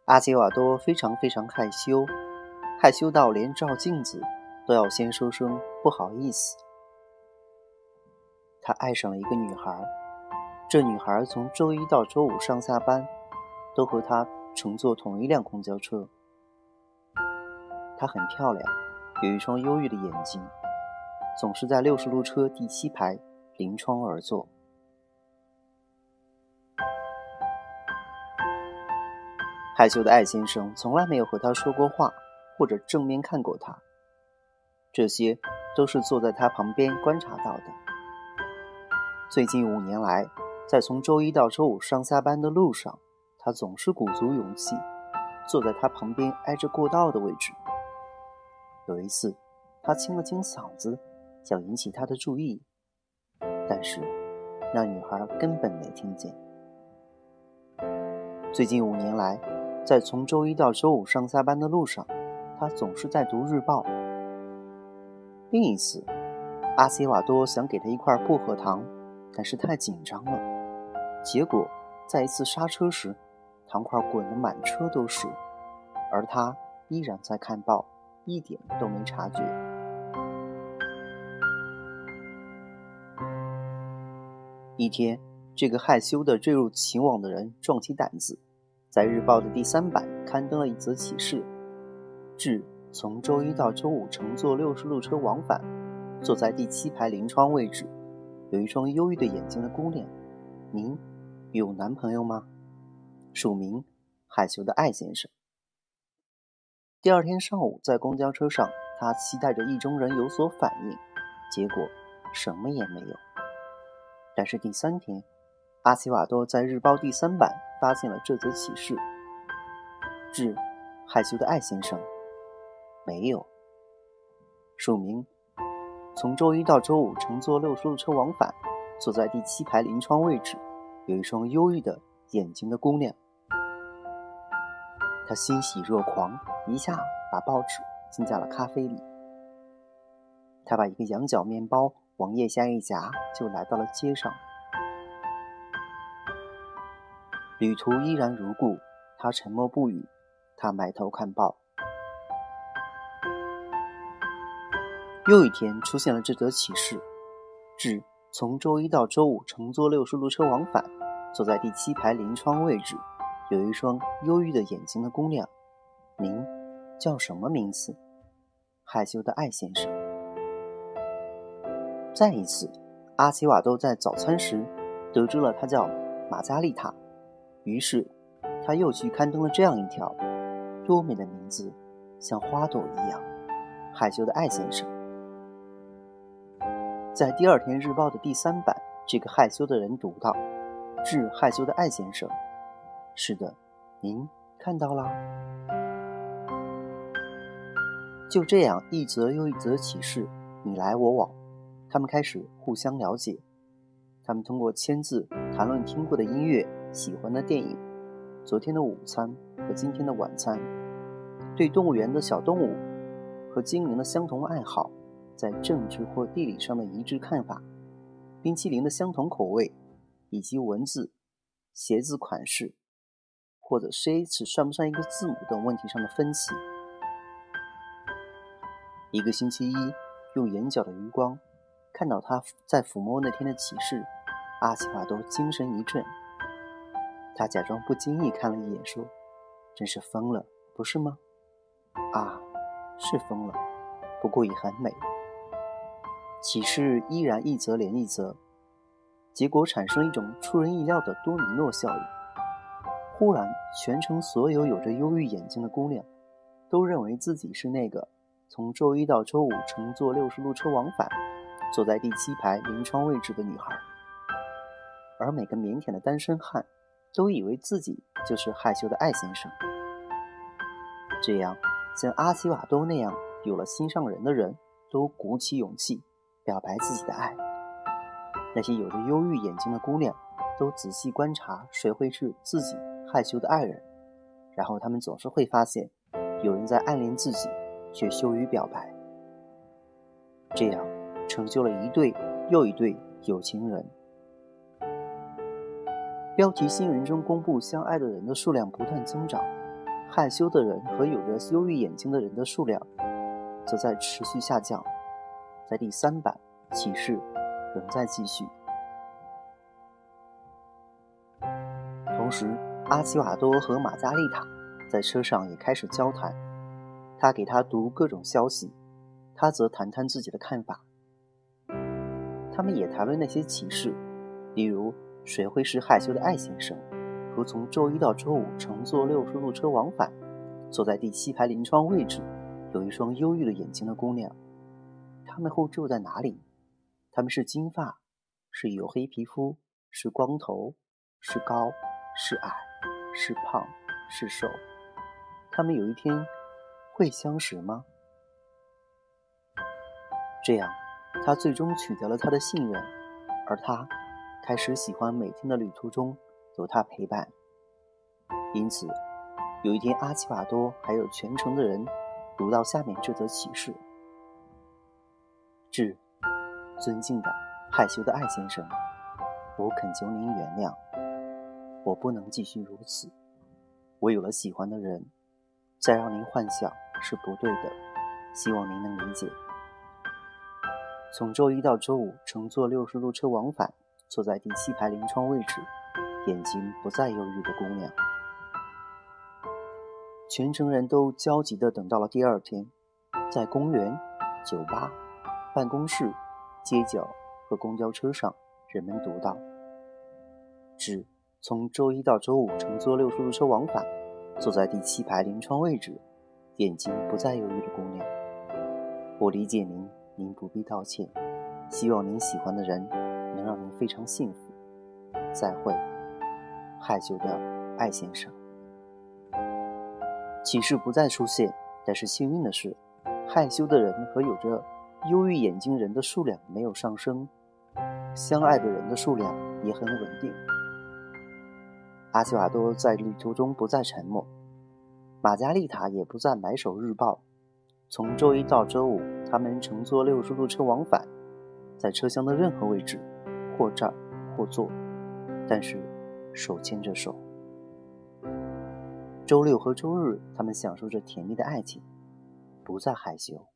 阿基瓦多非常害羞，害羞到连照镜子都要先说声不好意思。他爱上了一个女孩，这女孩从周一到周五上下班都和他乘坐同一辆公交车。她很漂亮，有一双忧郁的眼睛，总是在60路车第7排临窗而坐。害羞的艾先生从来没有和他说过话，或者正面看过他，这些都是坐在他旁边观察到的。最近5年来，在从周一到周五上下班的路上，他总是鼓足勇气坐在他旁边挨着过道的位置。有一次他清了清嗓子，想引起他的注意，但是那女孩根本没听见。最近5年来，在从周一到周五上下班的路上，他总是在读日报。另一次，阿西瓦多想给他一块薄荷糖，但是太紧张了，结果在一次刹车时，糖块滚得满车都是，而他依然在看报，一点都没察觉。一天，这个害羞的坠入情网的人壮起胆子，在日报的第3版刊登了一则启事：致从周一到周五乘坐60路车往返，坐在第7排临窗位置，有一双忧郁的眼睛的姑娘，您有男朋友吗？署名害羞的艾先生。第2天上午，在公交车上，他期待着意中人有所反应，结果什么也没有。但是第3天，阿西瓦多在日报第3版发现了这则启事：致害羞的艾先生，没有。署名从周一到周五乘坐60路车往返，坐在第7排临窗位置，有一双忧郁的眼睛的姑娘。他欣喜若狂，一下把报纸浸在了咖啡里。他把一个羊角面包往腋下一夹，就来到了街上。旅途依然如故，他沉默不语，他埋头看报。又一天出现了这则启事：致从周一到周五乘坐60路车往返，坐在第7排临窗位置，有一双忧郁的眼睛的姑娘，您叫什么名字？害羞的艾先生。再一次，阿奇瓦多在早餐时得知了她叫玛加丽塔，于是他又去刊登了这样一条：多美的名字，像花朵一样，害羞的艾先生。在第2天日报的第3版，这个害羞的人读到：致害羞的艾先生，是的，您看到了。就这样，一则又一则启事，你来我往，他们开始互相了解。他们通过签字谈论听过的音乐、喜欢的电影、昨天的午餐和今天的晚餐，对动物园的小动物和精灵的相同爱好，在政治或地理上的一致看法，冰淇淋的相同口味，以及文字、鞋子款式或者 sh 算不算一个字母等问题上的分歧。一个星期一，用眼角的余光看到他在抚摸那天的启示，阿奇瓦多精神一振。他假装不经意看了一眼，说：真是疯了，不是吗？啊，是疯了，不过也很美。启示依然一则连一则，结果产生一种出人意料的多米诺效应。忽然，全城所有有着忧郁眼睛的姑娘都认为自己是那个从周一到周五乘坐60路车往返，坐在第7排临窗位置的女孩，而每个腼腆的单身汉都以为自己就是害羞的艾先生。这样，像阿奇瓦多那样有了心上人的人都鼓起勇气表白自己的爱。那些有着忧郁眼睛的姑娘都仔细观察谁会是自己害羞的爱人，然后他们总是会发现有人在暗恋自己，却羞于表白。这样成就了一对又一对有情人。标题新闻中公布相爱的人的数量不断增长， 害羞的人和有着忧郁眼睛的人的数量则在持续下降。在第3版，骑士仍在继续。同时，阿奇瓦多和玛加丽塔在车上也开始交谈，他给他读各种消息，他则谈谈自己的看法。他们也谈论那些启示，例如谁会是害羞的艾先生，和从周一到周五乘坐60路车往返，坐在第7排临窗位置有一双忧郁的眼睛的姑娘。他们会住在哪里？他们是金发，是黝黑皮肤，是光头，是高，是矮，是胖，是瘦。他们有一天会相识吗？这样，他最终取得了他的信任，而他开始喜欢每天的旅途中有他陪伴。因此，有一天阿奇瓦多还有全城的人读到下面这则启示：致尊敬的害羞的艾先生，我恳求您原谅，我不能继续如此，我有了喜欢的人，再让您幻想是不对的，希望您能理解。从周一到周五乘坐60路车往返，坐在第7排临窗位置，眼睛不再忧郁的姑娘。全城人都焦急地等到了第2天，在公园、酒吧、办公室、街角和公交车上，人们读到：致从周一到周五乘坐60路车往返，坐在第7排临窗位置，眼睛不再忧郁的姑娘。我理解您，您不必道歉，希望您喜欢的人能让您非常幸福。再会，害羞的艾先生。启示不再出现，但是幸运的是，害羞的人和有着忧郁眼睛人的数量没有上升，相爱的人的数量也很稳定。阿奇瓦多在旅途中不再沉默，玛加丽塔也不再埋首日报。从周一到周五，他们乘坐60路车往返，在车厢的任何位置，或站或坐，但是手牵着手。周六和周日，他们享受着甜蜜的爱情，不再害羞。